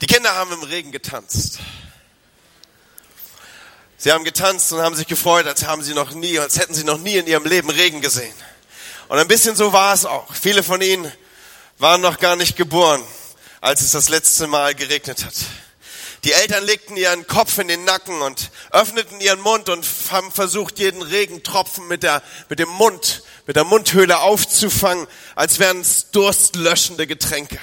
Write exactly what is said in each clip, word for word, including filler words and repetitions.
Die Kinder haben im Regen getanzt. Sie haben getanzt und haben sich gefreut, als haben sie noch nie, als hätten sie noch nie in ihrem Leben Regen gesehen. Und ein bisschen so war es auch. Viele von ihnen waren noch gar nicht geboren, als es das letzte Mal geregnet hat. Die Eltern legten ihren Kopf in den Nacken und öffneten ihren Mund und haben versucht, jeden Regentropfen mit der, mit dem Mund, mit der Mundhöhle aufzufangen, als wären es durstlöschende Getränke.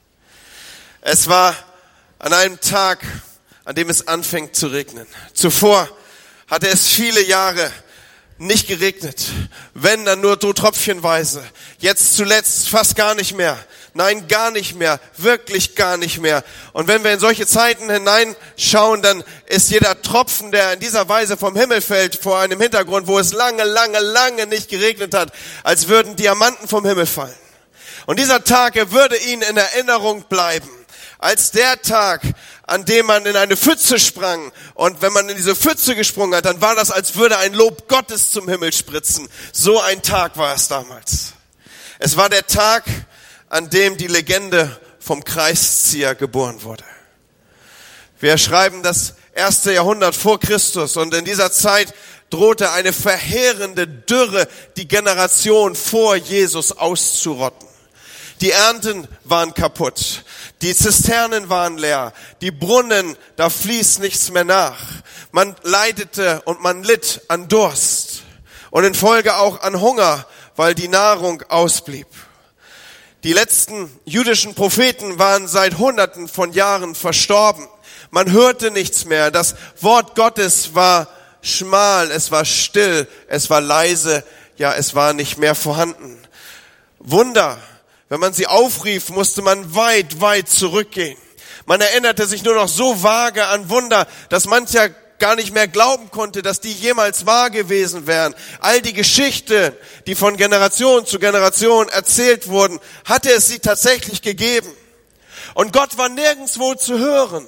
Es war an einem Tag, an dem es anfängt zu regnen. Zuvor hatte es viele Jahre nicht geregnet, wenn dann nur so tröpfchenweise. Jetzt zuletzt fast gar nicht mehr. Nein, gar nicht mehr, wirklich gar nicht mehr. Und wenn wir in solche Zeiten hineinschauen, dann ist jeder Tropfen, der in dieser Weise vom Himmel fällt, vor einem Hintergrund, wo es lange, lange, lange nicht geregnet hat, als würden Diamanten vom Himmel fallen. Und dieser Tag, er würde ihnen in Erinnerung bleiben, als der Tag, an dem man in eine Pfütze sprang. Und wenn man in diese Pfütze gesprungen hat, dann war das, als würde ein Lob Gottes zum Himmel spritzen. So ein Tag war es damals. Es war der Tag, an dem die Legende vom Kreiszieher geboren wurde. Wir schreiben das erste Jahrhundert vor Christus und in dieser Zeit drohte eine verheerende Dürre, die Generation vor Jesus auszurotten. Die Ernten waren kaputt, die Zisternen waren leer, die Brunnen, da fließt nichts mehr nach. Man leidete und man litt an Durst und in Folge auch an Hunger, weil die Nahrung ausblieb. Die letzten jüdischen Propheten waren seit Hunderten von Jahren verstorben. Man hörte nichts mehr. Das Wort Gottes war schmal, es war still, es war leise, ja, es war nicht mehr vorhanden. Wunder, wenn man sie aufrief, musste man weit, weit zurückgehen. Man erinnerte sich nur noch so vage an Wunder, dass mancher gar nicht mehr glauben konnte, dass die jemals wahr gewesen wären. All die Geschichten, die von Generation zu Generation erzählt wurden, hatte es sie tatsächlich gegeben. Und Gott war nirgendwo zu hören.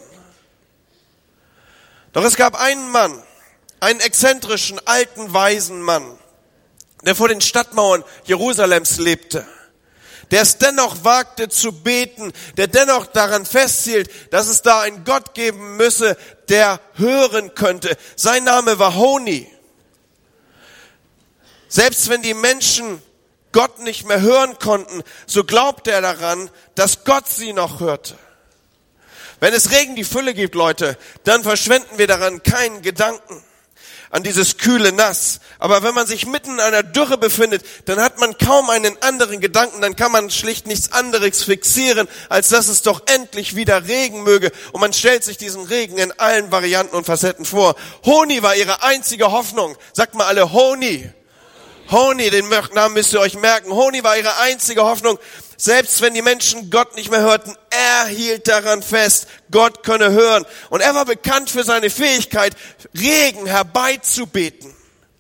Doch es gab einen Mann, einen exzentrischen, alten, weisen Mann, der vor den Stadtmauern Jerusalems lebte, der es dennoch wagte zu beten, der dennoch daran festhielt, dass es da einen Gott geben müsse, der hören könnte. Sein Name war Honi. Selbst wenn die Menschen Gott nicht mehr hören konnten, so glaubte er daran, dass Gott sie noch hörte. Wenn es Regen die Fülle gibt, Leute, dann verschwenden wir daran keinen Gedanken an dieses kühle Nass. Aber wenn man sich mitten in einer Dürre befindet, dann hat man kaum einen anderen Gedanken, dann kann man schlicht nichts anderes fixieren, als dass es doch endlich wieder Regen möge. Und man stellt sich diesen Regen in allen Varianten und Facetten vor. Honi war ihre einzige Hoffnung. Sagt mal alle Honi. Honi, den Namen müsst ihr euch merken. Honi war ihre einzige Hoffnung. Selbst wenn die Menschen Gott nicht mehr hörten, er hielt daran fest, Gott könne hören. Und er war bekannt für seine Fähigkeit, Regen herbeizubeten.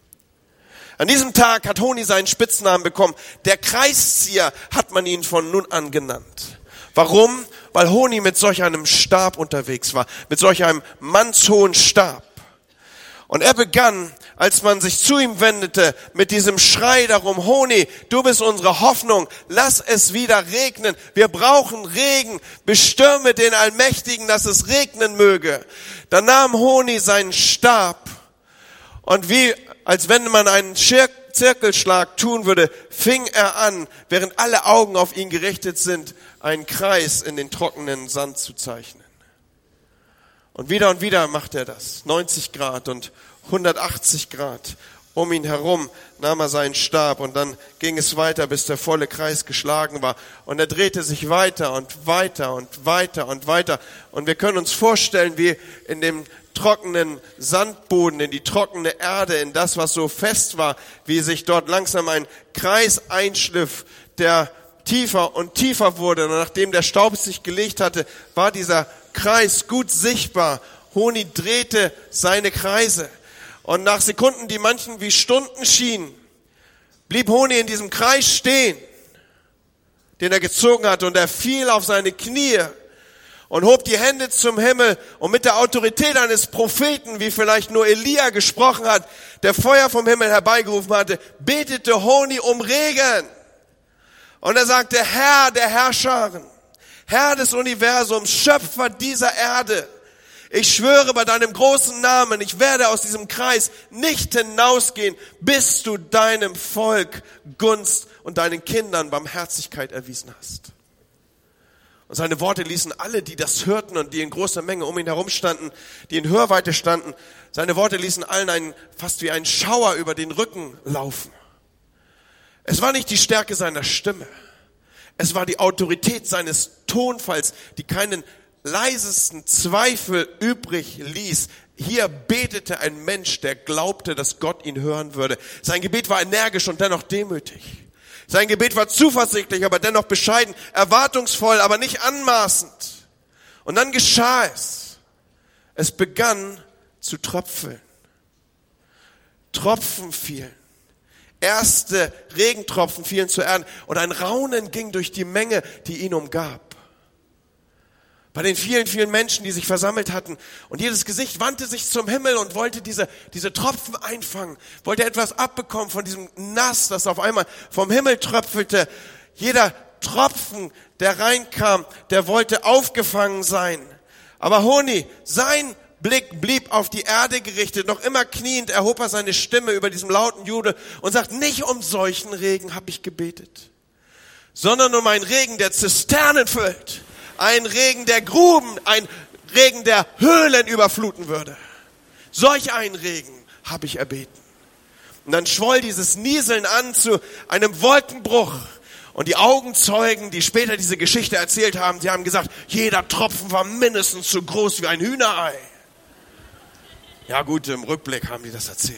An diesem Tag hat Honi seinen Spitznamen bekommen. Der Kreiszieher hat man ihn von nun an genannt. Warum? Weil Honi mit solch einem Stab unterwegs war, mit solch einem mannshohen Stab. Und er begann, als man sich zu ihm wendete, mit diesem Schrei darum, Honi, du bist unsere Hoffnung, lass es wieder regnen, wir brauchen Regen, bestürme den Allmächtigen, dass es regnen möge. Dann nahm Honi seinen Stab und wie, als wenn man einen Zirkelschlag tun würde, fing er an, während alle Augen auf ihn gerichtet sind, einen Kreis in den trockenen Sand zu zeichnen. Und wieder und wieder macht er das, neunzig Grad und hundertachtzig Grad. Um ihn herum nahm er seinen Stab und dann ging es weiter, bis der volle Kreis geschlagen war. Und er drehte sich weiter und weiter und weiter und weiter. Und wir können uns vorstellen, wie in dem trockenen Sandboden, in die trockene Erde, in das, was so fest war, wie sich dort langsam ein Kreis einschliff, der tiefer und tiefer wurde. Und nachdem der Staub sich gelegt hatte, war dieser Kreis gut sichtbar. Honi drehte seine Kreise. Und nach Sekunden, die manchen wie Stunden schienen, blieb Honi in diesem Kreis stehen, den er gezogen hatte. Und er fiel auf seine Knie und hob die Hände zum Himmel. Und mit der Autorität eines Propheten, wie vielleicht nur Elia gesprochen hat, der Feuer vom Himmel herbeigerufen hatte, betete Honi um Regen. Und er sagte, Herr der Herrscharen, Herr des Universums, Schöpfer dieser Erde, ich schwöre bei deinem großen Namen, ich werde aus diesem Kreis nicht hinausgehen, bis du deinem Volk Gunst und deinen Kindern Barmherzigkeit erwiesen hast. Und seine Worte ließen alle, die das hörten und die in großer Menge um ihn herum standen, die in Hörweite standen, seine Worte ließen allen einen, fast wie einen Schauer über den Rücken laufen. Es war nicht die Stärke seiner Stimme, es war die Autorität seines Tonfalls, die keinen leisesten Zweifel übrig ließ. Hier betete ein Mensch, der glaubte, dass Gott ihn hören würde. Sein Gebet war energisch und dennoch demütig. Sein Gebet war zuversichtlich, aber dennoch bescheiden, erwartungsvoll, aber nicht anmaßend. Und dann geschah es. Es begann zu tröpfeln. Tropfen fielen. Erste Regentropfen fielen zur Erde und ein Raunen ging durch die Menge, die ihn umgab. Bei den vielen, vielen Menschen, die sich versammelt hatten. Und jedes Gesicht wandte sich zum Himmel und wollte diese, diese Tropfen einfangen. Wollte etwas abbekommen von diesem Nass, das auf einmal vom Himmel tröpfelte. Jeder Tropfen, der reinkam, der wollte aufgefangen sein. Aber Honi, sein Blick blieb auf die Erde gerichtet. Noch immer kniend erhob er seine Stimme über diesem lauten Jubel und sagt, nicht um solchen Regen habe ich gebetet, sondern um einen Regen, der Zisternen füllt. Ein Regen der Gruben, ein Regen der Höhlen überfluten würde. Solch einen Regen habe ich erbeten. Und dann schwoll dieses Nieseln an zu einem Wolkenbruch. Und die Augenzeugen, die später diese Geschichte erzählt haben, die haben gesagt, jeder Tropfen war mindestens so groß wie ein Hühnerei. Ja gut, im Rückblick haben die das erzählt.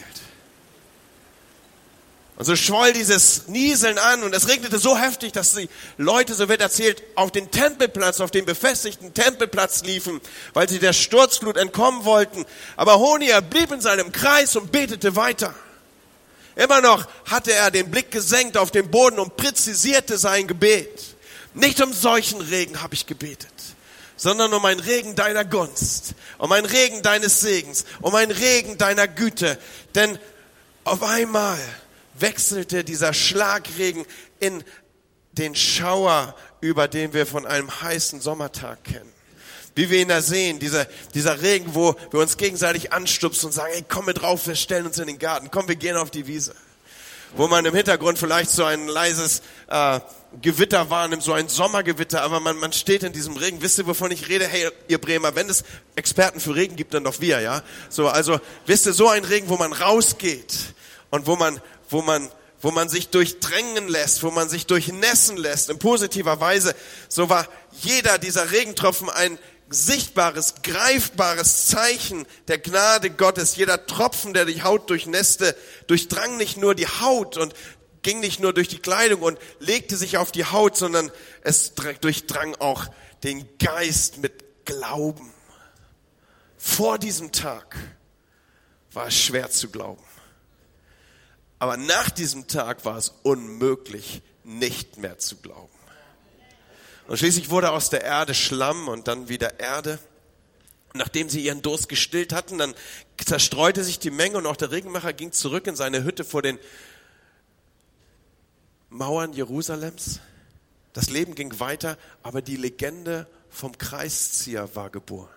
Und so schwoll dieses Nieseln an und es regnete so heftig, dass die Leute, so wird erzählt, auf den Tempelplatz, auf den befestigten Tempelplatz liefen, weil sie der Sturzflut entkommen wollten. Aber Honia blieb in seinem Kreis und betete weiter. Immer noch hatte er den Blick gesenkt auf den Boden und präzisierte sein Gebet. Nicht um solchen Regen habe ich gebetet, sondern um einen Regen deiner Gunst, um einen Regen deines Segens, um einen Regen deiner Güte. Denn auf einmal wechselte dieser Schlagregen in den Schauer, über den wir von einem heißen Sommertag kennen. Wie wir ihn da sehen, dieser, dieser Regen, wo wir uns gegenseitig anstupsen und sagen, hey, komm mit drauf, wir stellen uns in den Garten, komm, wir gehen auf die Wiese. Wo man im Hintergrund vielleicht so ein leises äh, Gewitter wahrnimmt, so ein Sommergewitter, aber man, man steht in diesem Regen. Wisst ihr, wovon ich rede? Hey, ihr Bremer, wenn es Experten für Regen gibt, dann doch wir, ja? So, also, wisst ihr, so ein Regen, wo man rausgeht und wo man wo man, wo man sich durchdrängen lässt, wo man sich durchnässen lässt, in positiver Weise. So war jeder dieser Regentropfen ein sichtbares, greifbares Zeichen der Gnade Gottes. Jeder Tropfen, der die Haut durchnässte, durchdrang nicht nur die Haut und ging nicht nur durch die Kleidung und legte sich auf die Haut, sondern es durchdrang auch den Geist mit Glauben. Vor diesem Tag war es schwer zu glauben. Aber nach diesem Tag war es unmöglich, nicht mehr zu glauben. Und schließlich wurde aus der Erde Schlamm und dann wieder Erde. Und nachdem sie ihren Durst gestillt hatten, dann zerstreute sich die Menge und auch der Regenmacher ging zurück in seine Hütte vor den Mauern Jerusalems. Das Leben ging weiter, aber die Legende vom Kreiszieher war geboren.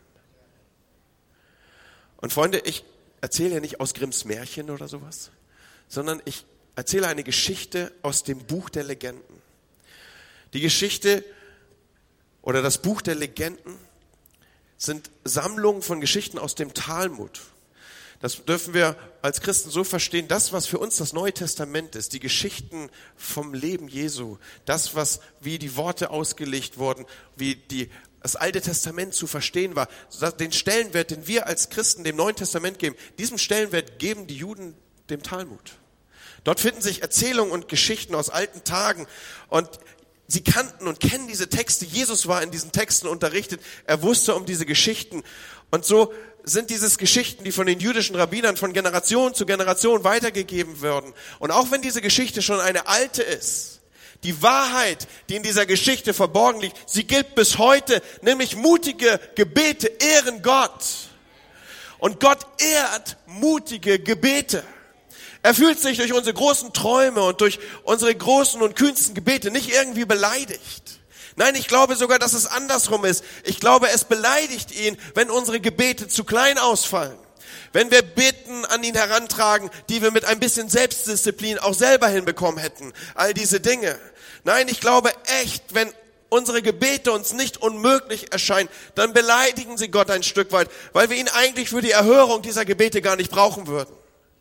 Und Freunde, ich erzähle ja nicht aus Grimms Märchen oder sowas, sondern ich erzähle eine Geschichte aus dem Buch der Legenden. Die Geschichte oder das Buch der Legenden sind Sammlungen von Geschichten aus dem Talmud. Das dürfen wir als Christen so verstehen, das, was für uns das Neue Testament ist, die Geschichten vom Leben Jesu, das, was wie die Worte ausgelegt wurden, wie die, das Alte Testament zu verstehen war, den Stellenwert, den wir als Christen dem Neuen Testament geben, diesem Stellenwert geben die Juden dem Talmud. Dort finden sich Erzählungen und Geschichten aus alten Tagen und sie kannten und kennen diese Texte. Jesus war in diesen Texten unterrichtet. Er wusste um diese Geschichten. Und so sind dieses Geschichten, die von den jüdischen Rabbinern von Generation zu Generation weitergegeben werden. Und auch wenn diese Geschichte schon eine alte ist, die Wahrheit, die in dieser Geschichte verborgen liegt, sie gilt bis heute, nämlich mutige Gebete ehren Gott. Und Gott ehrt mutige Gebete. Er fühlt sich durch unsere großen Träume und durch unsere großen und kühnsten Gebete nicht irgendwie beleidigt, Nein, ich glaube sogar, dass es andersrum ist. Ich glaube, es beleidigt ihn, wenn unsere Gebete zu klein ausfallen. Wenn wir Bitten an ihn herantragen, die wir mit ein bisschen Selbstdisziplin auch selber hinbekommen hätten. All diese Dinge. Nein, ich glaube echt, wenn unsere Gebete uns nicht unmöglich erscheinen, dann beleidigen sie Gott ein Stück weit, weil wir ihn eigentlich für die Erhörung dieser Gebete gar nicht brauchen würden.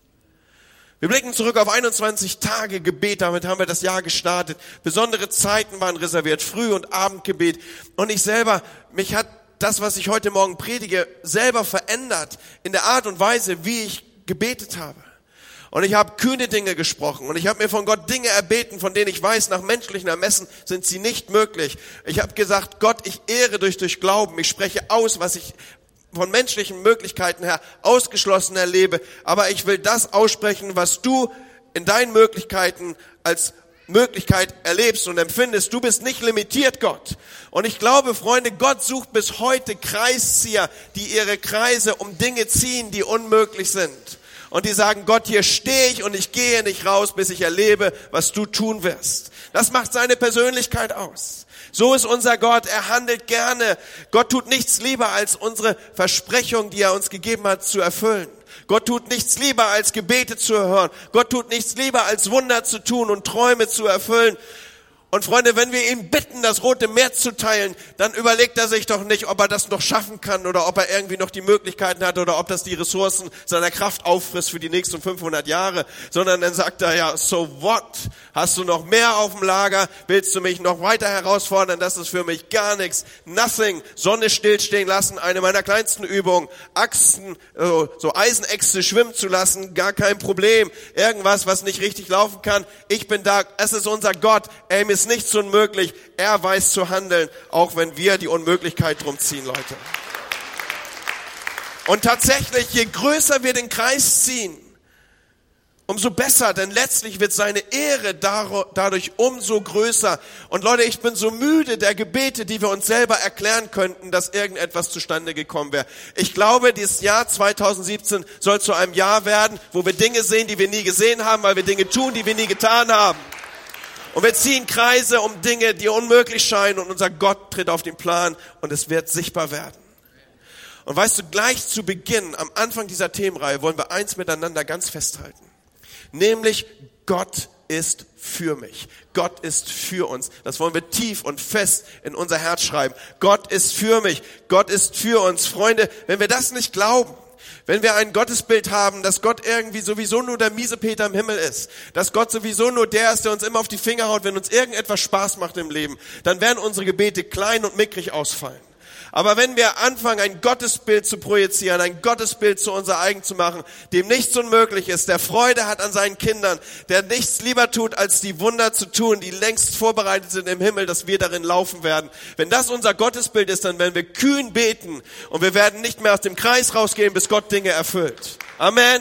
Wir blicken zurück auf einundzwanzig Tage Gebet, damit haben wir das Jahr gestartet. Besondere Zeiten waren reserviert, Früh- und Abendgebet. Und ich selber, mich hat das, was ich heute Morgen predige, selber verändert in der Art und Weise, wie ich gebetet habe. Und ich habe kühne Dinge gesprochen und ich habe mir von Gott Dinge erbeten, von denen ich weiß, nach menschlichen Ermessen sind sie nicht möglich. Ich habe gesagt, Gott, ich ehre dich durch Glauben. Ich spreche aus, was ich von menschlichen Möglichkeiten her ausgeschlossen erlebe. Aber ich will das aussprechen, was du in deinen Möglichkeiten als Möglichkeit erlebst und empfindest. Du bist nicht limitiert, Gott. Und ich glaube, Freunde, Gott sucht bis heute Kreiszieher, die ihre Kreise um Dinge ziehen, die unmöglich sind. Und die sagen, Gott, hier stehe ich und ich gehe nicht raus, bis ich erlebe, was du tun wirst. Das macht seine Persönlichkeit aus. So ist unser Gott, er handelt gerne. Gott tut nichts lieber, als unsere Versprechung, die er uns gegeben hat, zu erfüllen. Gott tut nichts lieber, als Gebete zu hören. Gott tut nichts lieber, als Wunder zu tun und Träume zu erfüllen. Und Freunde, wenn wir ihn bitten, das Rote Meer zu teilen, dann überlegt er sich doch nicht, ob er das noch schaffen kann oder ob er irgendwie noch die Möglichkeiten hat oder ob das die Ressourcen seiner Kraft auffrisst für die nächsten fünfhundert Jahre, sondern dann sagt er, ja, so what? Hast du noch mehr auf dem Lager? Willst du mich noch weiter herausfordern? Das ist für mich gar nichts. Nothing. Sonne stillstehen lassen, eine meiner kleinsten Übungen. Achsen, so Eisenäxte schwimmen zu lassen, gar kein Problem. Irgendwas, was nicht richtig laufen kann. Ich bin da. Es ist unser Gott. Er ist nichts unmöglich. Er weiß zu handeln, auch wenn wir die Unmöglichkeit drum ziehen, Leute. Und tatsächlich, je größer wir den Kreis ziehen, umso besser, denn letztlich wird seine Ehre dadurch umso größer. Und Leute, ich bin so müde der Gebete, die wir uns selber erklären könnten, dass irgendetwas zustande gekommen wäre. Ich glaube, dieses Jahr zweitausendsiebzehn soll zu einem Jahr werden, wo wir Dinge sehen, die wir nie gesehen haben, weil wir Dinge tun, die wir nie getan haben. Und wir ziehen Kreise um Dinge, die unmöglich scheinen, und unser Gott tritt auf den Plan und es wird sichtbar werden. Und weißt du, gleich zu Beginn, am Anfang dieser Themenreihe, wollen wir eins miteinander ganz festhalten. Nämlich, Gott ist für mich. Gott ist für uns. Das wollen wir tief und fest in unser Herz schreiben. Gott ist für mich. Gott ist für uns. Freunde, wenn wir das nicht glauben, wenn wir ein Gottesbild haben, dass Gott irgendwie sowieso nur der Miesepeter im Himmel ist, dass Gott sowieso nur der ist, der uns immer auf die Finger haut, wenn uns irgendetwas Spaß macht im Leben, dann werden unsere Gebete klein und mickrig ausfallen. Aber wenn wir anfangen, ein Gottesbild zu projizieren, ein Gottesbild zu unser eigen zu machen, dem nichts unmöglich ist, der Freude hat an seinen Kindern, der nichts lieber tut, als die Wunder zu tun, die längst vorbereitet sind im Himmel, dass wir darin laufen werden. Wenn das unser Gottesbild ist, dann werden wir kühn beten und wir werden nicht mehr aus dem Kreis rausgehen, bis Gott Dinge erfüllt. Amen.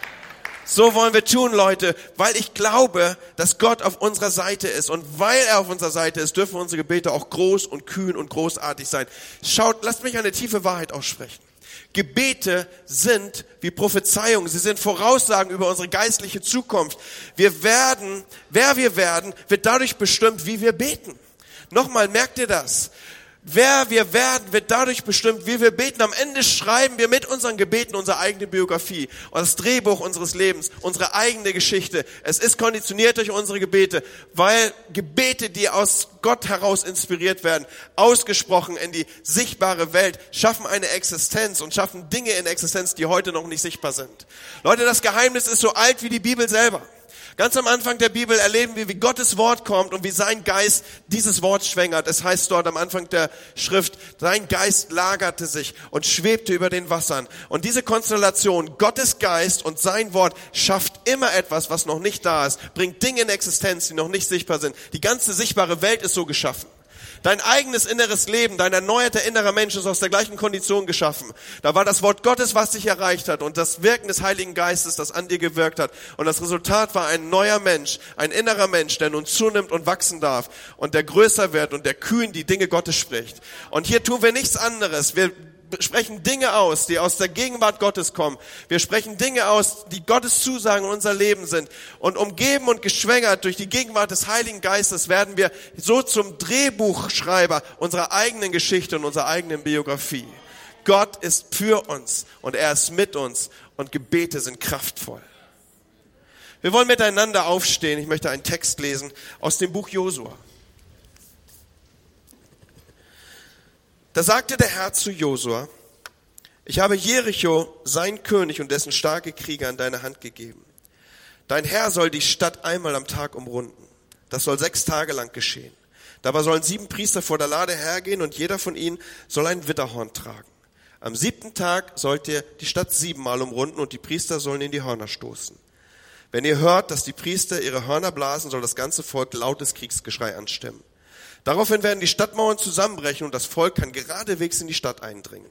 So wollen wir tun, Leute, weil ich glaube, dass Gott auf unserer Seite ist. Und weil er auf unserer Seite ist, dürfen unsere Gebete auch groß und kühn und großartig sein. Schaut, lasst mich eine tiefe Wahrheit aussprechen. Gebete sind wie Prophezeiungen. Sie sind Voraussagen über unsere geistliche Zukunft. Wir werden, wer wir werden, wird dadurch bestimmt, wie wir beten. Nochmal, merkt ihr das? Wer wir werden, wird dadurch bestimmt, wie wir beten. Am Ende schreiben wir mit unseren Gebeten unsere eigene Biografie, das Drehbuch unseres Lebens, unsere eigene Geschichte. Es ist konditioniert durch unsere Gebete, weil Gebete, die aus Gott heraus inspiriert werden, ausgesprochen in die sichtbare Welt, schaffen eine Existenz und schaffen Dinge in Existenz, die heute noch nicht sichtbar sind. Leute, das Geheimnis ist so alt wie die Bibel selber. Ganz am Anfang der Bibel erleben wir, wie Gottes Wort kommt und wie sein Geist dieses Wort schwängert. Es heißt dort am Anfang der Schrift, sein Geist lagerte sich und schwebte über den Wassern. Und diese Konstellation, Gottes Geist und sein Wort, schafft immer etwas, was noch nicht da ist, bringt Dinge in Existenz, die noch nicht sichtbar sind. Die ganze sichtbare Welt ist so geschaffen. Dein eigenes inneres Leben, dein erneuerter innerer Mensch ist aus der gleichen Kondition geschaffen. Da war das Wort Gottes, was dich erreicht hat, und das Wirken des Heiligen Geistes, das an dir gewirkt hat. Und das Resultat war ein neuer Mensch, ein innerer Mensch, der nun zunimmt und wachsen darf und der größer wird und der kühn die Dinge Gottes spricht. Und hier tun wir nichts anderes. Wir sprechen Dinge aus, die aus der Gegenwart Gottes kommen. Wir sprechen Dinge aus, die Gottes Zusagen in unser Leben sind. Und umgeben und geschwängert durch die Gegenwart des Heiligen Geistes werden wir so zum Drehbuchschreiber unserer eigenen Geschichte und unserer eigenen Biografie. Gott ist für uns und er ist mit uns und Gebete sind kraftvoll. Wir wollen miteinander aufstehen. Ich möchte einen Text lesen aus dem Buch Josua. Da sagte der Herr zu Josua: Ich habe Jericho, seinen König und dessen starke Krieger in deine Hand gegeben. Dein Herr soll die Stadt einmal am Tag umrunden. Das soll sechs Tage lang geschehen. Dabei sollen sieben Priester vor der Lade hergehen und jeder von ihnen soll ein Witterhorn tragen. Am siebten Tag sollt ihr die Stadt siebenmal umrunden und die Priester sollen in die Hörner stoßen. Wenn ihr hört, dass die Priester ihre Hörner blasen, soll das ganze Volk lautes Kriegsgeschrei anstimmen. Daraufhin werden die Stadtmauern zusammenbrechen und das Volk kann geradewegs in die Stadt eindringen.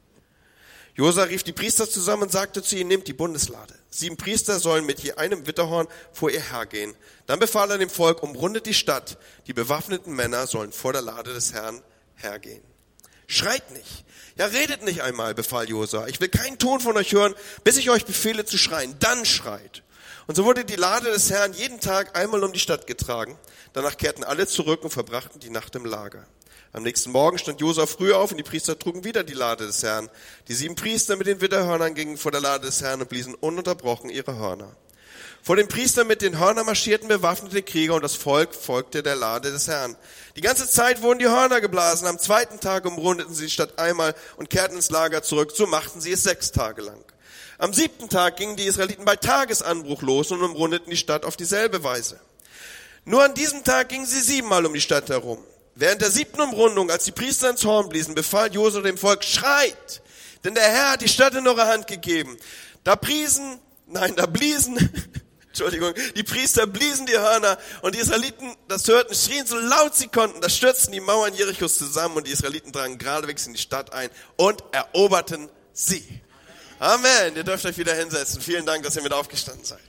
Josua rief die Priester zusammen und sagte zu ihnen: Nehmt die Bundeslade. Sieben Priester sollen mit je einem Witterhorn vor ihr hergehen. Dann befahl er dem Volk: Umrundet die Stadt. Die bewaffneten Männer sollen vor der Lade des Herrn hergehen. Schreit nicht. Ja, redet nicht einmal, befahl Josua. Ich will keinen Ton von euch hören, bis ich euch befehle zu schreien. Dann schreit. Und so wurde die Lade des Herrn jeden Tag einmal um die Stadt getragen. Danach kehrten alle zurück und verbrachten die Nacht im Lager. Am nächsten Morgen stand Josua früh auf und die Priester trugen wieder die Lade des Herrn. Die sieben Priester mit den Witterhörnern gingen vor der Lade des Herrn und bliesen ununterbrochen ihre Hörner. Vor den Priestern mit den Hörnern marschierten bewaffnete Krieger und das Volk folgte der Lade des Herrn. Die ganze Zeit wurden die Hörner geblasen. Am zweiten Tag umrundeten sie die Stadt einmal und kehrten ins Lager zurück. So machten sie es sechs Tage lang. Am siebten Tag gingen die Israeliten bei Tagesanbruch los und umrundeten die Stadt auf dieselbe Weise. Nur an diesem Tag gingen sie siebenmal um die Stadt herum. Während der siebten Umrundung, als die Priester ins Horn bliesen, befahl Josua dem Volk: Schreit, denn der Herr hat die Stadt in eure Hand gegeben. Da priesen, nein, da bliesen, Entschuldigung, die Priester bliesen die Hörner und die Israeliten das hörten, schrien so laut sie konnten. Da stürzten die Mauern Jerichos zusammen und die Israeliten drangen geradewegs in die Stadt ein und eroberten sie. Amen. Ihr dürft euch wieder hinsetzen. Vielen Dank, dass ihr mit aufgestanden seid.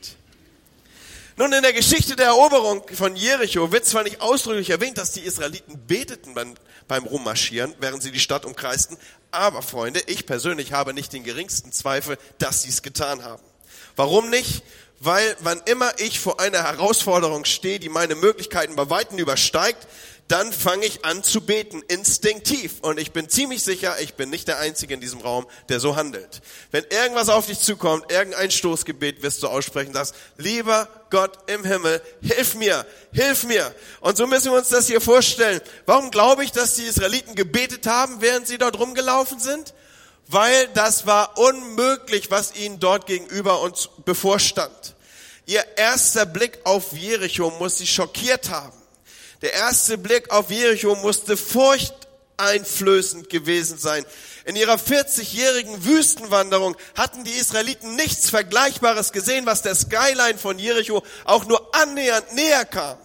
Nun, in der Geschichte der Eroberung von Jericho wird zwar nicht ausdrücklich erwähnt, dass die Israeliten beteten beim, beim Rummarschieren, während sie die Stadt umkreisten, aber Freunde, ich persönlich habe nicht den geringsten Zweifel, dass sie es getan haben. Warum nicht? Weil wann immer ich vor einer Herausforderung stehe, die meine Möglichkeiten bei Weitem übersteigt, dann fange ich an zu beten, instinktiv. Und ich bin ziemlich sicher, ich bin nicht der Einzige in diesem Raum, der so handelt. Wenn irgendwas auf dich zukommt, irgendein Stoßgebet wirst du aussprechen, das: Lieber Gott im Himmel, hilf mir, hilf mir. Und so müssen wir uns das hier vorstellen. Warum glaube ich, dass die Israeliten gebetet haben, während sie dort rumgelaufen sind? Weil das war unmöglich, was ihnen dort gegenüber uns bevorstand. Ihr erster Blick auf Jericho muss sie schockiert haben. Der erste Blick auf Jericho musste furchteinflößend gewesen sein. In ihrer vierzigjährigen Wüstenwanderung hatten die Israeliten nichts Vergleichbares gesehen, was der Skyline von Jericho auch nur annähernd näher kam.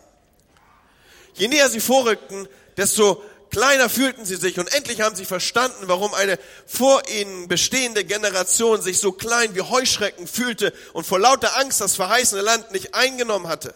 Je näher sie vorrückten, desto kleiner fühlten sie sich und endlich haben sie verstanden, warum eine vor ihnen bestehende Generation sich so klein wie Heuschrecken fühlte und vor lauter Angst das verheißene Land nicht eingenommen hatte.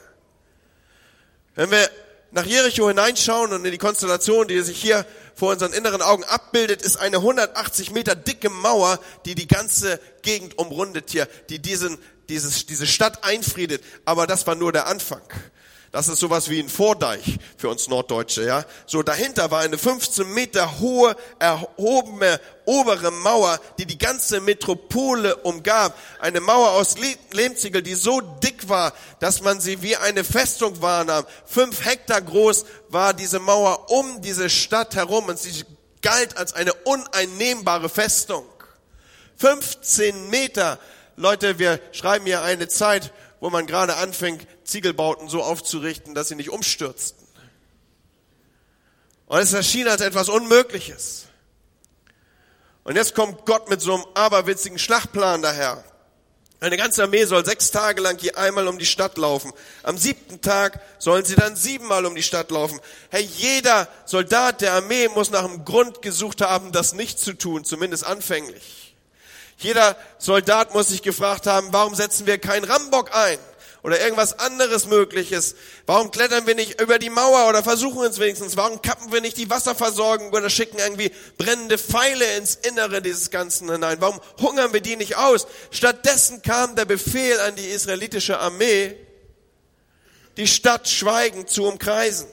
Wenn wir nach Jericho hineinschauen und in die Konstellation, die sich hier vor unseren inneren Augen abbildet, ist eine hundertachtzig Meter dicke Mauer, die die ganze Gegend umrundet hier, die diesen, dieses, diese Stadt einfriedet. Aber das war nur der Anfang. Das ist sowas wie ein Vordeich für uns Norddeutsche, ja. So dahinter war eine fünfzehn Meter hohe, erhobene, obere Mauer, die die ganze Metropole umgab. Eine Mauer aus Lehmziegel, die so dick war, dass man sie wie eine Festung wahrnahm. Fünf Hektar groß war diese Mauer um diese Stadt herum und sie galt als eine uneinnehmbare Festung. fünfzehn Meter. Leute, wir schreiben hier eine Zeit, wo man gerade anfängt, Ziegelbauten so aufzurichten, dass sie nicht umstürzten. Und es erschien als etwas Unmögliches. Und jetzt kommt Gott mit so einem aberwitzigen Schlachtplan daher. Eine ganze Armee soll sechs Tage lang je einmal um die Stadt laufen. Am siebten Tag sollen sie dann siebenmal um die Stadt laufen. Hey, jeder Soldat der Armee muss nach einem Grund gesucht haben, das nicht zu tun, zumindest anfänglich. Jeder Soldat muss sich gefragt haben, warum setzen wir keinen Rambock ein? oder irgendwas anderes Mögliches? Warum klettern wir nicht über die Mauer oder versuchen es wenigstens? Warum kappen wir nicht die Wasserversorgung oder schicken irgendwie brennende Pfeile ins Innere dieses Ganzen hinein? Warum hungern wir die nicht aus? Stattdessen kam der Befehl an die israelitische Armee, die Stadt schweigend zu umkreisen,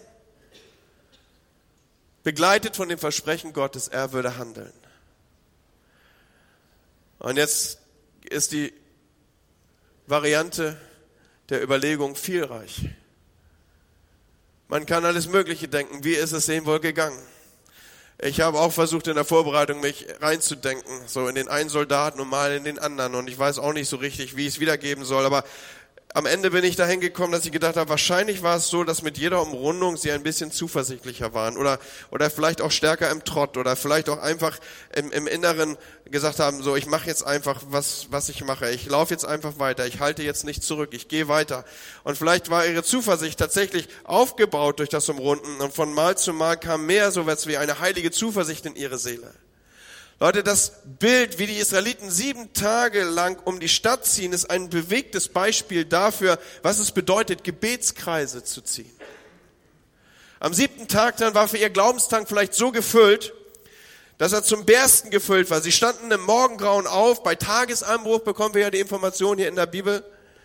begleitet von dem Versprechen Gottes, er würde handeln. Und jetzt ist die Variante der Überlegung vielreich. Man kann alles Mögliche denken. Wie ist es denen wohl gegangen? Ich habe auch versucht in der Vorbereitung mich reinzudenken, so in den einen Soldaten und mal in den anderen. Und ich weiß auch nicht so richtig, wie ich es wiedergeben soll. Aber am Ende bin ich dahin gekommen, dass ich gedacht habe, wahrscheinlich war es so, dass mit jeder Umrundung sie ein bisschen zuversichtlicher waren oder oder vielleicht auch stärker im Trott oder vielleicht auch einfach im, im Inneren gesagt haben, so ich mache jetzt einfach was was ich mache. Ich laufe jetzt einfach weiter, ich halte jetzt nicht zurück, ich gehe weiter. Und vielleicht war ihre Zuversicht tatsächlich aufgebaut durch das Umrunden und von Mal zu Mal kam mehr so etwas wie eine heilige Zuversicht in ihre Seele. Leute, das Bild, wie die Israeliten sieben Tage lang um die Stadt ziehen, ist ein bewegtes Beispiel dafür, was es bedeutet, Gebetskreise zu ziehen. Am siebten Tag dann war für ihr Glaubenstank vielleicht so gefüllt, dass er zum Bersten gefüllt war. Sie standen im Morgengrauen auf, bei Tagesanbruch bekommen wir ja die Information hier in der Bibel,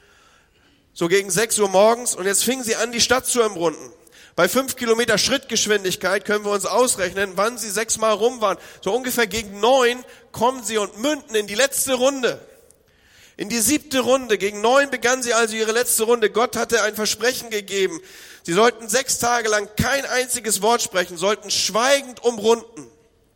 so gegen sechs Uhr morgens, und jetzt fingen sie an, die Stadt zu umrunden. Bei fünf Kilometer Schrittgeschwindigkeit können wir uns ausrechnen, wann sie sechsmal rum waren. So ungefähr gegen neun kommen sie und münden in die letzte Runde. In die siebte Runde. Gegen neun begann sie also ihre letzte Runde. Gott hatte ein Versprechen gegeben. Sie sollten sechs Tage lang kein einziges Wort sprechen, sollten schweigend umrunden.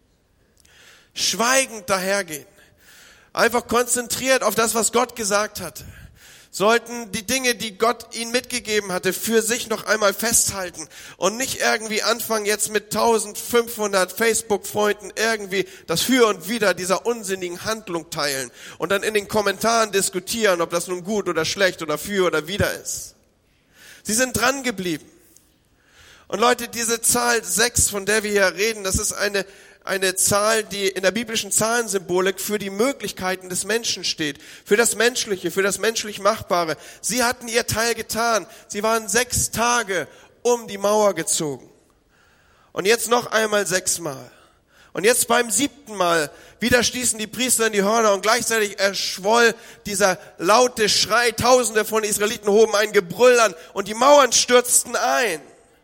Schweigend dahergehen. Einfach konzentriert auf das, was Gott gesagt hatte. Sollten die Dinge, die Gott ihnen mitgegeben hatte, für sich noch einmal festhalten und nicht irgendwie anfangen, jetzt mit eintausendfünfhundert Facebook-Freunden irgendwie das Für und Wider dieser unsinnigen Handlung teilen und dann in den Kommentaren diskutieren, ob das nun gut oder schlecht oder für oder wider ist. Sie sind dran geblieben. Und Leute, diese Zahl sechs, von der wir hier reden, das ist eine eine Zahl, die in der biblischen Zahlensymbolik für die Möglichkeiten des Menschen steht, für das Menschliche, für das menschlich Machbare. Sie hatten ihr Teil getan. Sie waren sechs Tage um die Mauer gezogen. Und jetzt noch einmal sechsmal. Und jetzt beim siebten Mal, wieder stießen die Priester in die Hörner und gleichzeitig erschwoll dieser laute Schrei. Tausende von Israeliten hoben ein Gebrüll an und die Mauern stürzten ein.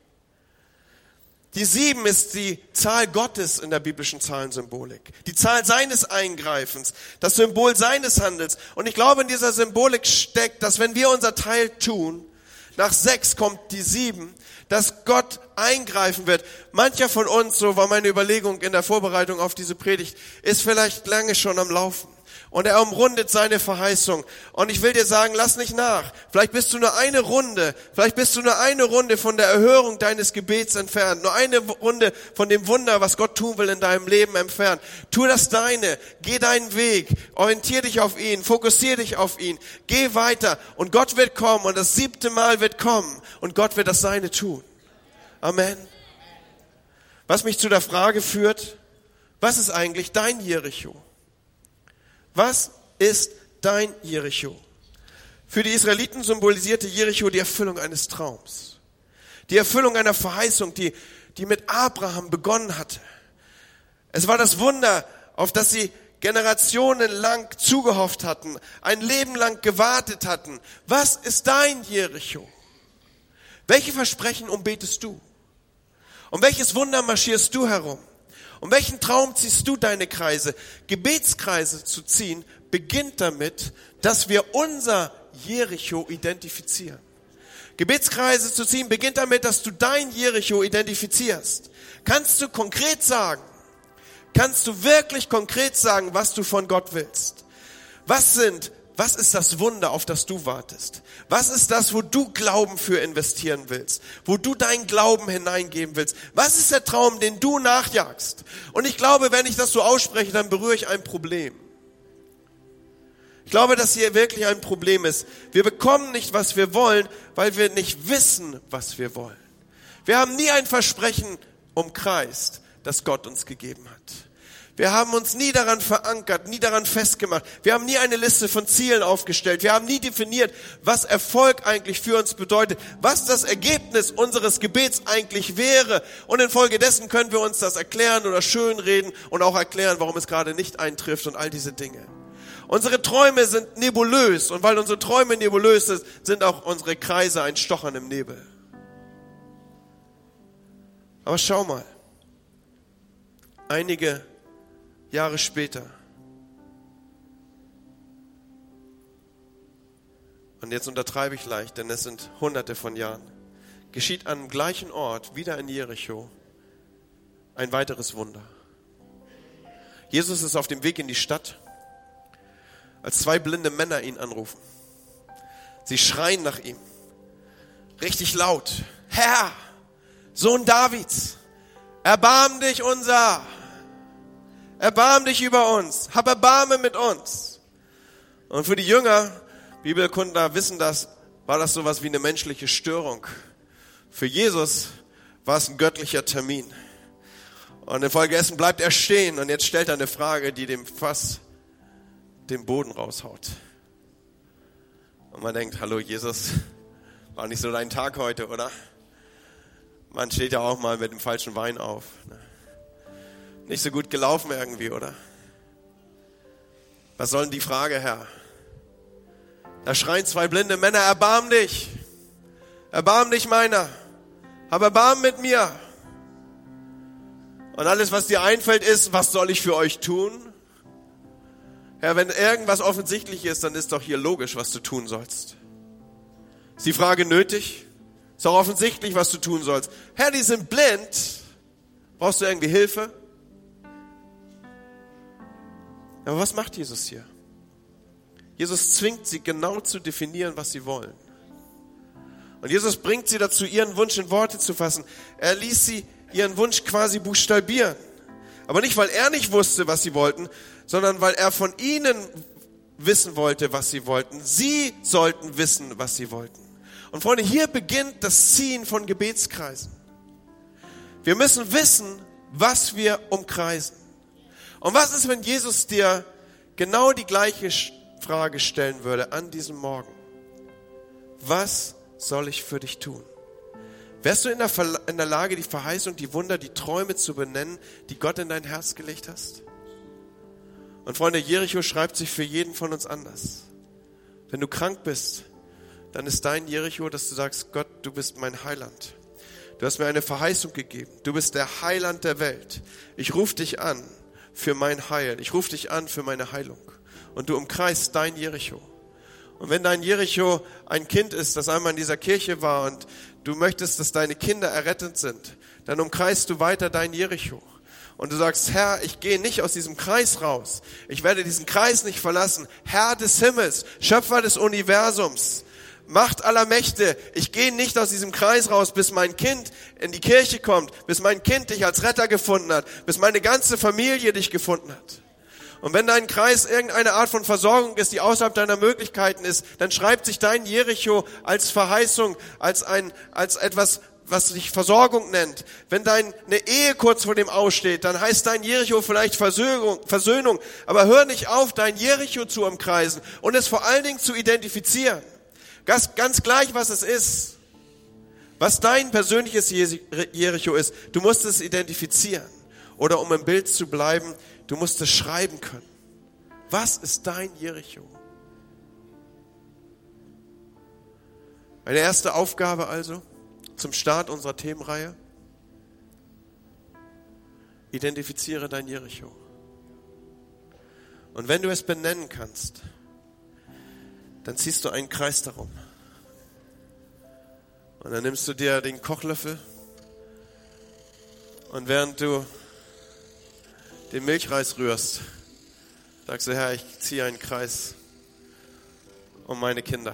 Die sieben ist die Zahl Gottes in der biblischen Zahlensymbolik. Die Zahl seines Eingreifens, das Symbol seines Handels. Und ich glaube, in dieser Symbolik steckt, dass wenn wir unser Teil tun, nach sechs kommt die sieben, dass Gott eingreifen wird. Mancher von uns, so war meine Überlegung in der Vorbereitung auf diese Predigt, ist vielleicht lange schon am Laufen. Und er umrundet seine Verheißung. Und ich will dir sagen, lass nicht nach. Vielleicht bist du nur eine Runde, vielleicht bist du nur eine Runde von der Erhörung deines Gebets entfernt. Nur eine Runde von dem Wunder, was Gott tun will in deinem Leben entfernt. Tu das Deine, geh deinen Weg, orientier dich auf ihn, fokussier dich auf ihn, geh weiter. Und Gott wird kommen und das siebte Mal wird kommen. Und Gott wird das Seine tun. Amen. Was mich zu der Frage führt, was ist eigentlich dein Jericho? Was ist dein Jericho? Für die Israeliten symbolisierte Jericho die Erfüllung eines Traums. Die Erfüllung einer Verheißung, die, die mit Abraham begonnen hatte. Es war das Wunder, auf das sie generationenlang zugehofft hatten, ein Leben lang gewartet hatten. Was ist dein Jericho? Welche Versprechen umbetest du? Um welches Wunder marschierst du herum? Um welchen Traum ziehst du deine Kreise? Gebetskreise zu ziehen beginnt damit, dass wir unser Jericho identifizieren. Gebetskreise zu ziehen beginnt damit, dass du dein Jericho identifizierst. Kannst du konkret sagen, kannst du wirklich konkret sagen, was du von Gott willst? Was sind, was ist das Wunder, auf das du wartest? Was ist das, wo du Glauben für investieren willst? Wo du deinen Glauben hineingeben willst? Was ist der Traum, den du nachjagst? Und ich glaube, wenn ich das so ausspreche, dann berühre ich ein Problem. Ich glaube, dass hier wirklich ein Problem ist. Wir bekommen nicht, was wir wollen, weil wir nicht wissen, was wir wollen. Wir haben nie ein Versprechen umkreist, das Gott uns gegeben hat. Wir haben uns nie daran verankert, nie daran festgemacht. Wir haben nie eine Liste von Zielen aufgestellt. Wir haben nie definiert, was Erfolg eigentlich für uns bedeutet, was das Ergebnis unseres Gebets eigentlich wäre. Und infolgedessen können wir uns das erklären oder schönreden und auch erklären, warum es gerade nicht eintrifft und all diese Dinge. Unsere Träume sind nebulös und weil unsere Träume nebulös sind, sind auch unsere Kreise ein Stochern im Nebel. Aber schau mal, einige Jahre später. Und jetzt untertreibe ich leicht, denn es sind hunderte von Jahren. Geschieht am gleichen Ort, wieder in Jericho, ein weiteres Wunder. Jesus ist auf dem Weg in die Stadt, als zwei blinde Männer ihn anrufen. Sie schreien nach ihm, richtig laut. Herr, Sohn Davids, erbarm dich unser. Erbarm dich über uns. Hab Erbarme mit uns. Und für die Jünger, Bibelkundler wissen das, war das sowas wie eine menschliche Störung. Für Jesus war es ein göttlicher Termin. Und infolgedessen bleibt er stehen und jetzt stellt er eine Frage, die dem Fass den Boden raushaut. Und man denkt, hallo Jesus, war nicht so dein Tag heute, oder? Man steht ja auch mal mit dem falschen Wein auf. Nicht so gut gelaufen irgendwie, oder? Was soll denn die Frage, Herr? Da schreien zwei blinde Männer, erbarm dich. Erbarm dich meiner. Hab Erbarmen mit mir. Und alles, was dir einfällt, ist, was soll ich für euch tun? Herr, wenn irgendwas offensichtlich ist, dann ist doch hier logisch, was du tun sollst. Ist die Frage nötig? Ist doch offensichtlich, was du tun sollst. Herr, die sind blind. Brauchst du irgendwie Hilfe? Aber was macht Jesus hier? Jesus zwingt sie genau zu definieren, was sie wollen. Und Jesus bringt sie dazu, ihren Wunsch in Worte zu fassen. Er ließ sie ihren Wunsch quasi buchstabieren. Aber nicht, weil er nicht wusste, was sie wollten, sondern weil er von ihnen wissen wollte, was sie wollten. Sie sollten wissen, was sie wollten. Und Freunde, hier beginnt das Ziehen von Gebetskreisen. Wir müssen wissen, was wir umkreisen. Und was ist, wenn Jesus dir genau die gleiche Frage stellen würde an diesem Morgen? Was soll ich für dich tun? Wärst du in der, Ver- in der Lage, die Verheißung, die Wunder, die Träume zu benennen, die Gott in dein Herz gelegt hast? Und Freunde, Jericho schreibt sich für jeden von uns anders. Wenn du krank bist, dann ist dein Jericho, dass du sagst, Gott, du bist mein Heiland. Du hast mir eine Verheißung gegeben. Du bist der Heiland der Welt. Ich rufe dich an für mein Heil. Ich rufe dich an für meine Heilung. Und du umkreist dein Jericho. Und wenn dein Jericho ein Kind ist, das einmal in dieser Kirche war und du möchtest, dass deine Kinder errettet sind, dann umkreist du weiter dein Jericho. Und du sagst, Herr, ich gehe nicht aus diesem Kreis raus. Ich werde diesen Kreis nicht verlassen. Herr des Himmels, Schöpfer des Universums, Macht aller Mächte, ich gehe nicht aus diesem Kreis raus, bis mein Kind in die Kirche kommt, bis mein Kind dich als Retter gefunden hat, bis meine ganze Familie dich gefunden hat. Und wenn dein Kreis irgendeine Art von Versorgung ist, die außerhalb deiner Möglichkeiten ist, dann schreibt sich dein Jericho als Verheißung, als ein, als etwas, was sich Versorgung nennt. Wenn deine Ehe kurz vor dem Aussteht, dann heißt dein Jericho vielleicht Versöhnung, Versöhnung. Aber hör nicht auf, dein Jericho zu umkreisen und es vor allen Dingen zu identifizieren. Ganz, ganz gleich, was es ist, was dein persönliches Jericho ist, du musst es identifizieren. Oder um im Bild zu bleiben, du musst es schreiben können. Was ist dein Jericho? Eine erste Aufgabe also zum Start unserer Themenreihe. Identifiziere dein Jericho. Und wenn du es benennen kannst, dann ziehst du einen Kreis darum. Und dann nimmst du dir den Kochlöffel und während du den Milchreis rührst, sagst du, Herr, ich ziehe einen Kreis um meine Kinder.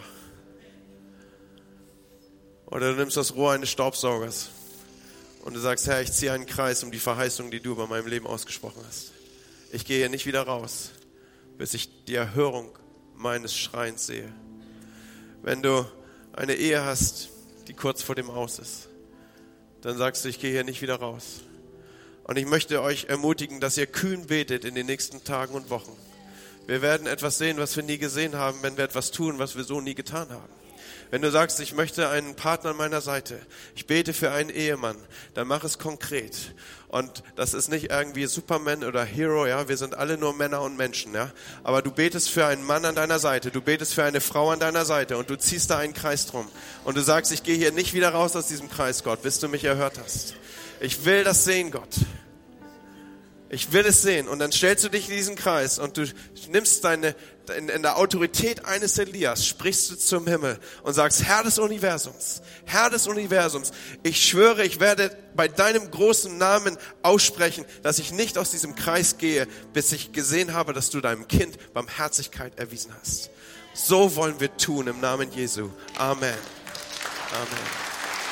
Oder du nimmst das Rohr eines Staubsaugers und du sagst, Herr, ich ziehe einen Kreis um die Verheißung, die du über meinem Leben ausgesprochen hast. Ich gehe hier nicht wieder raus, bis ich die Erhörung meines Schreins sehe. Wenn du eine Ehe hast, die kurz vor dem Aus ist, dann sagst du, ich gehe hier nicht wieder raus. Und ich möchte euch ermutigen, dass ihr kühn betet in den nächsten Tagen und Wochen. Wir werden etwas sehen, was wir nie gesehen haben, wenn wir etwas tun, was wir so nie getan haben. Wenn du sagst, ich möchte einen Partner an meiner Seite, ich bete für einen Ehemann, dann mach es konkret. Und das ist nicht irgendwie Superman oder Hero, ja, wir sind alle nur Männer und Menschen, ja. Aber du betest für einen Mann an deiner Seite, du betest für eine Frau an deiner Seite und du ziehst da einen Kreis drum. Und du sagst, ich gehe hier nicht wieder raus aus diesem Kreis, Gott, bis du mich erhört hast. Ich will das sehen, Gott. Ich will es sehen. Und dann stellst du dich in diesen Kreis und du nimmst deine, in, in der Autorität eines Elias, sprichst du zum Himmel und sagst, Herr des Universums, Herr des Universums, ich schwöre, ich werde bei deinem großen Namen aussprechen, dass ich nicht aus diesem Kreis gehe, bis ich gesehen habe, dass du deinem Kind Barmherzigkeit erwiesen hast. So wollen wir tun im Namen Jesu. Amen. Amen.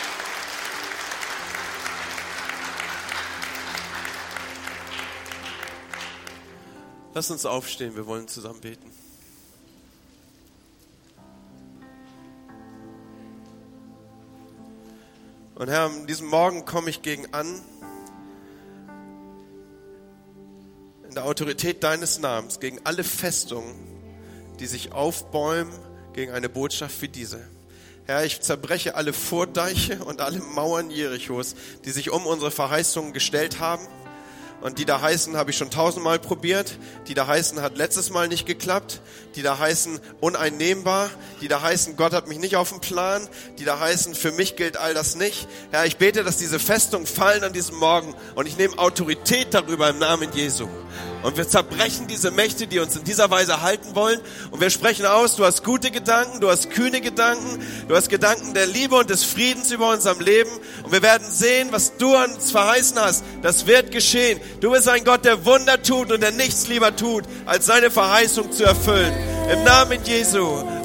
Lass uns aufstehen, wir wollen zusammen beten. Und Herr, an diesem Morgen komme ich gegen an, in der Autorität deines Namens, gegen alle Festungen, die sich aufbäumen gegen eine Botschaft wie diese. Herr, ich zerbreche alle Vordeiche und alle Mauern Jerichos, die sich um unsere Verheißungen gestellt haben. Und die da heißen, habe ich schon tausendmal probiert. Die da heißen, hat letztes Mal nicht geklappt. Die da heißen, uneinnehmbar. Die da heißen, Gott hat mich nicht auf dem Plan. Die da heißen, für mich gilt all das nicht. Herr, ich bete, dass diese Festungen fallen an diesem Morgen. Und ich nehme Autorität darüber im Namen Jesu. Und wir zerbrechen diese Mächte, die uns in dieser Weise halten wollen. Und wir sprechen aus, du hast gute Gedanken, du hast kühne Gedanken. Du hast Gedanken der Liebe und des Friedens über unserem Leben. Und wir werden sehen, was du uns verheißen hast. Das wird geschehen. Du bist ein Gott, der Wunder tut und der nichts lieber tut, als seine Verheißung zu erfüllen. Im Namen Jesu.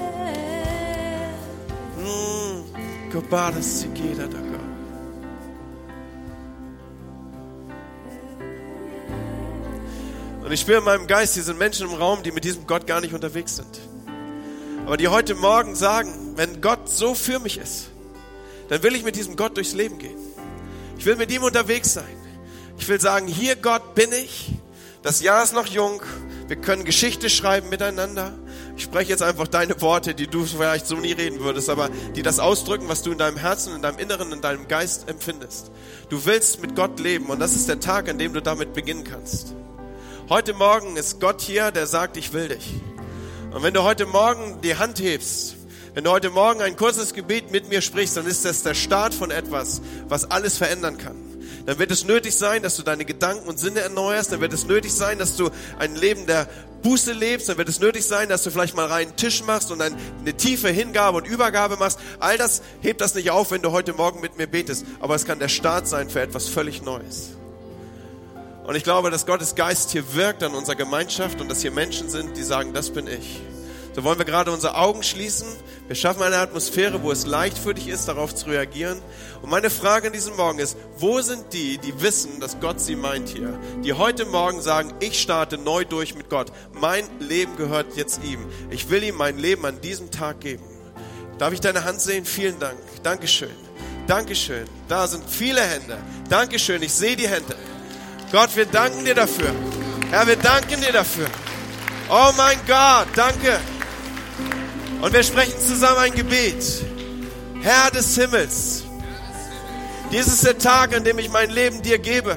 Und ich spüre in meinem Geist, hier sind Menschen im Raum, die mit diesem Gott gar nicht unterwegs sind. Aber die heute Morgen sagen, wenn Gott so für mich ist, dann will ich mit diesem Gott durchs Leben gehen. Ich will mit ihm unterwegs sein. Ich will sagen, hier Gott bin ich. Das Jahr ist noch jung. Wir können Geschichte schreiben miteinander. Ich spreche jetzt einfach deine Worte, die du vielleicht so nie reden würdest, aber die das ausdrücken, was du in deinem Herzen, in deinem Inneren, in deinem Geist empfindest. Du willst mit Gott leben und das ist der Tag, an dem du damit beginnen kannst. Heute Morgen ist Gott hier, der sagt, ich will dich. Und wenn du heute Morgen die Hand hebst, wenn du heute Morgen ein kurzes Gebet mit mir sprichst, dann ist das der Start von etwas, was alles verändern kann. Dann wird es nötig sein, dass du deine Gedanken und Sinne erneuerst. Dann wird es nötig sein, dass du ein Leben der Buße lebst. Dann wird es nötig sein, dass du vielleicht mal reinen Tisch machst und eine tiefe Hingabe und Übergabe machst. All das hebt das nicht auf, wenn du heute Morgen mit mir betest. Aber es kann der Start sein für etwas völlig Neues. Und ich glaube, dass Gottes Geist hier wirkt an unserer Gemeinschaft und dass hier Menschen sind, die sagen, das bin ich. So wollen wir gerade unsere Augen schließen. Wir schaffen eine Atmosphäre, wo es leicht für dich ist, darauf zu reagieren. Und meine Frage an diesem Morgen ist, wo sind die, die wissen, dass Gott sie meint hier? Die heute Morgen sagen, ich starte neu durch mit Gott. Mein Leben gehört jetzt ihm. Ich will ihm mein Leben an diesem Tag geben. Darf ich deine Hand sehen? Vielen Dank. Dankeschön. Dankeschön. Da sind viele Hände. Dankeschön. Ich sehe die Hände. Gott, wir danken dir dafür. Herr, wir danken dir dafür. Oh mein Gott, danke. Und wir sprechen zusammen ein Gebet. Herr des Himmels, dies ist der Tag, an dem ich mein Leben dir gebe.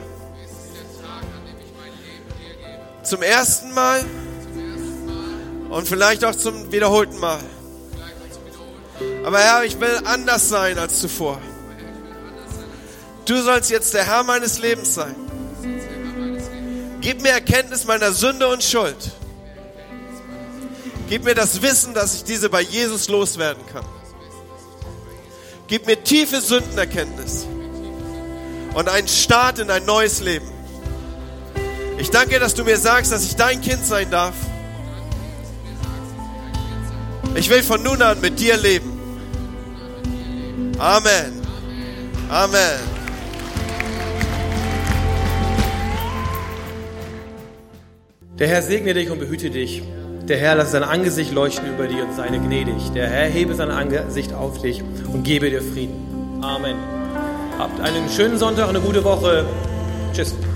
Zum ersten Mal und vielleicht auch zum wiederholten Mal. Aber Herr, ich will anders sein als zuvor. Du sollst jetzt der Herr meines Lebens sein. Gib mir Erkenntnis meiner Sünde und Schuld. Gib mir das Wissen, dass ich diese bei Jesus loswerden kann. Gib mir tiefe Sündenerkenntnis und einen Start in ein neues Leben. Ich danke dir, dass du mir sagst, dass ich dein Kind sein darf. Ich will von nun an mit dir leben. Amen. Amen. Der Herr segne dich und behüte dich. Der Herr lasse sein Angesicht leuchten über dir und sei dir gnädig. Der Herr hebe sein Angesicht auf dich und gebe dir Frieden. Amen. Habt einen schönen Sonntag und eine gute Woche. Tschüss.